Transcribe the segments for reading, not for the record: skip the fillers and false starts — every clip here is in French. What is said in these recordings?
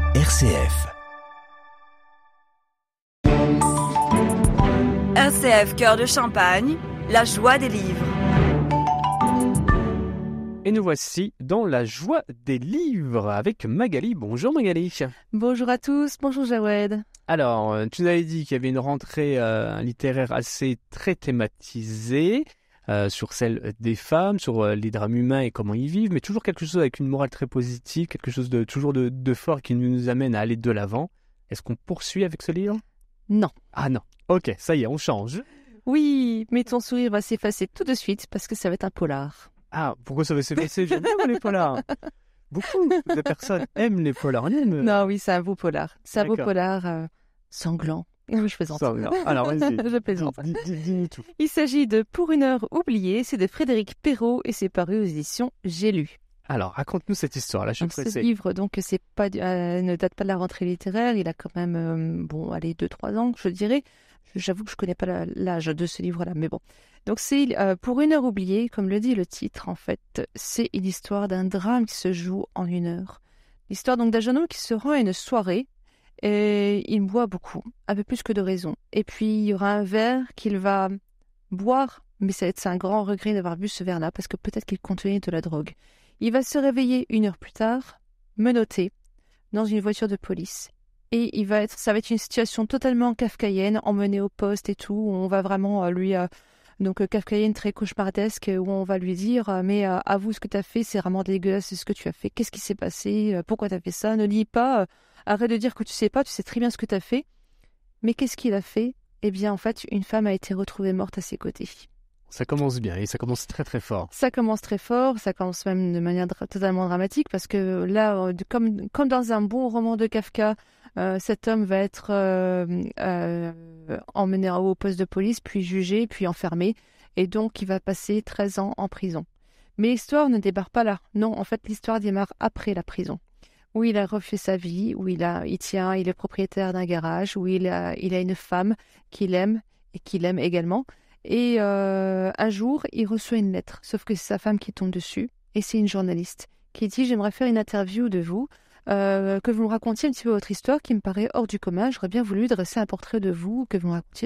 RCF. RCF Cœur de Champagne, la joie des livres. Et nous voici dans la joie des livres avec Magali. Bonjour Magali. Bonjour à tous, bonjour Jawed. Alors, tu nous avais dit qu'il y avait une rentrée littéraire très thématisée sur celle des femmes, sur les drames humains et comment ils vivent, mais toujours quelque chose avec une morale très positive, quelque chose de fort qui nous amène à aller de l'avant. Est-ce qu'on poursuit avec ce livre ? Non. Ah non, ok, ça y est, on change. Oui, mais ton sourire va s'effacer tout de suite parce que ça va être un polar. Ah, pourquoi ça va s'effacer ? J'aime bien les polars. Beaucoup de personnes aiment les polars. Non, oui, c'est un beau polar. C'est un beau D'accord. polar sanglant. Oui, je plaisante. Sanglant. Alors, vas-y. Je plaisante. Dis-nous tout. Il s'agit de Pour une heure oubliée, c'est de Frédéric Perrault et c'est paru aux éditions J'ai lu. Alors, raconte-nous cette histoire-là, je suis Donc, ce pressé. livre, donc, ne date pas de la rentrée littéraire. Il a quand même, 2-3 ans, je dirais. J'avoue que je connais pas l'âge de ce livre-là, mais bon. Donc, c'est Pour une heure oubliée, comme le dit le titre, en fait, c'est une histoire d'un drame qui se joue en une heure. L'histoire donc d'un jeune homme qui se rend à une soirée et il boit beaucoup, un peu plus que de raison. Et puis, il y aura un verre qu'il va boire, mais c'est un grand regret d'avoir bu ce verre-là parce que peut-être qu'il contenait de la drogue. Il va se réveiller 1 heure plus tard, menotté, dans une voiture de police. Et ça va être une situation totalement kafkaïenne, emmenée au poste et tout, où on va vraiment kafkaïenne très cauchemardesque, où on va lui dire mais avoue ce que tu as fait, c'est vraiment dégueulasse, c'est ce que tu as fait, qu'est-ce qui s'est passé, pourquoi tu as fait ça, ne dis pas, arrête de dire que tu sais pas, tu sais très bien ce que tu as fait. Mais qu'est-ce qu'il a fait ? Eh bien, en fait, une femme a été retrouvée morte à ses côtés. Ça commence bien et ça commence très très fort. Ça commence très fort, ça commence même de manière totalement dramatique parce que là, comme dans un bon roman de Kafka, cet homme va être emmené au poste de police, puis jugé, puis enfermé, et donc il va passer 13 ans en prison. Mais l'histoire ne démarre pas là. Non, en fait, l'histoire démarre après la prison, où il a refait sa vie, où il est propriétaire d'un garage, où il a une femme qu'il aime et qu'il aime également. Et un jour, il reçoit une lettre, sauf que c'est sa femme qui tombe dessus, et c'est une journaliste qui dit « J'aimerais faire une interview de vous, que vous me racontiez un petit peu votre histoire qui me paraît hors du commun. J'aurais bien voulu dresser un portrait de vous, que vous me racontiez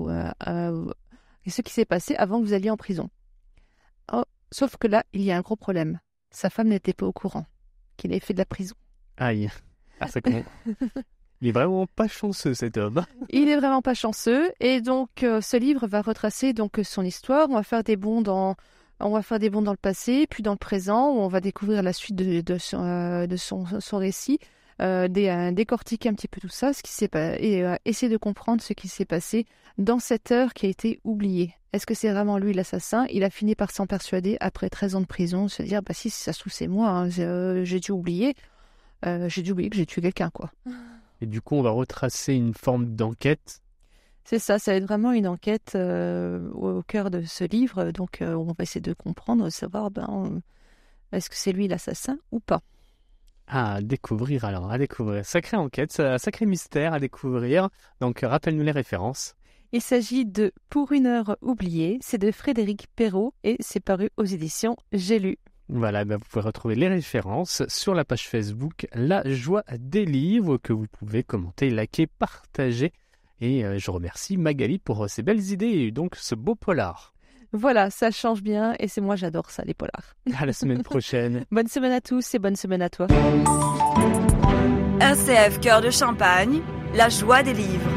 ce qui s'est passé avant que vous alliez en prison. » Oh, sauf que là, il y a un gros problème. Sa femme n'était pas au courant qu'il avait fait de la prison. Aïe. Ah, ça commence. Il est vraiment pas chanceux cet homme. Il est vraiment pas chanceux et donc ce livre va retracer donc son histoire. On va faire des bonds dans le passé, puis dans le présent où on va découvrir la suite de son récit, décortiquer un petit peu tout ça, ce qui s'est et essayer de comprendre ce qui s'est passé dans cette heure qui a été oubliée. Est-ce que c'est vraiment lui l'assassin ? Il a fini par s'en persuader après 13 ans de prison, se dire si ça se trouve c'est moi, hein, j'ai dû oublier que j'ai tué quelqu'un quoi. Et du coup, on va retracer une forme d'enquête. C'est ça va être vraiment une enquête au cœur de ce livre. Donc, on va essayer de comprendre, savoir, est-ce que c'est lui l'assassin ou pas ? À découvrir. Sacrée enquête, sacré mystère à découvrir. Donc, rappelle-nous les références. Il s'agit de Pour une heure oubliée. C'est de Frédéric Perrault et c'est paru aux éditions J'ai lu. Voilà, vous pouvez retrouver les références sur la page Facebook La Joie des Livres que vous pouvez commenter, liker, partager. Et je remercie Magali pour ces belles idées et donc ce beau polar. Voilà, ça change bien et moi j'adore ça, les polars. À la semaine prochaine. Bonne semaine à tous et bonne semaine à toi. RCF Cœur de Champagne, la joie des livres.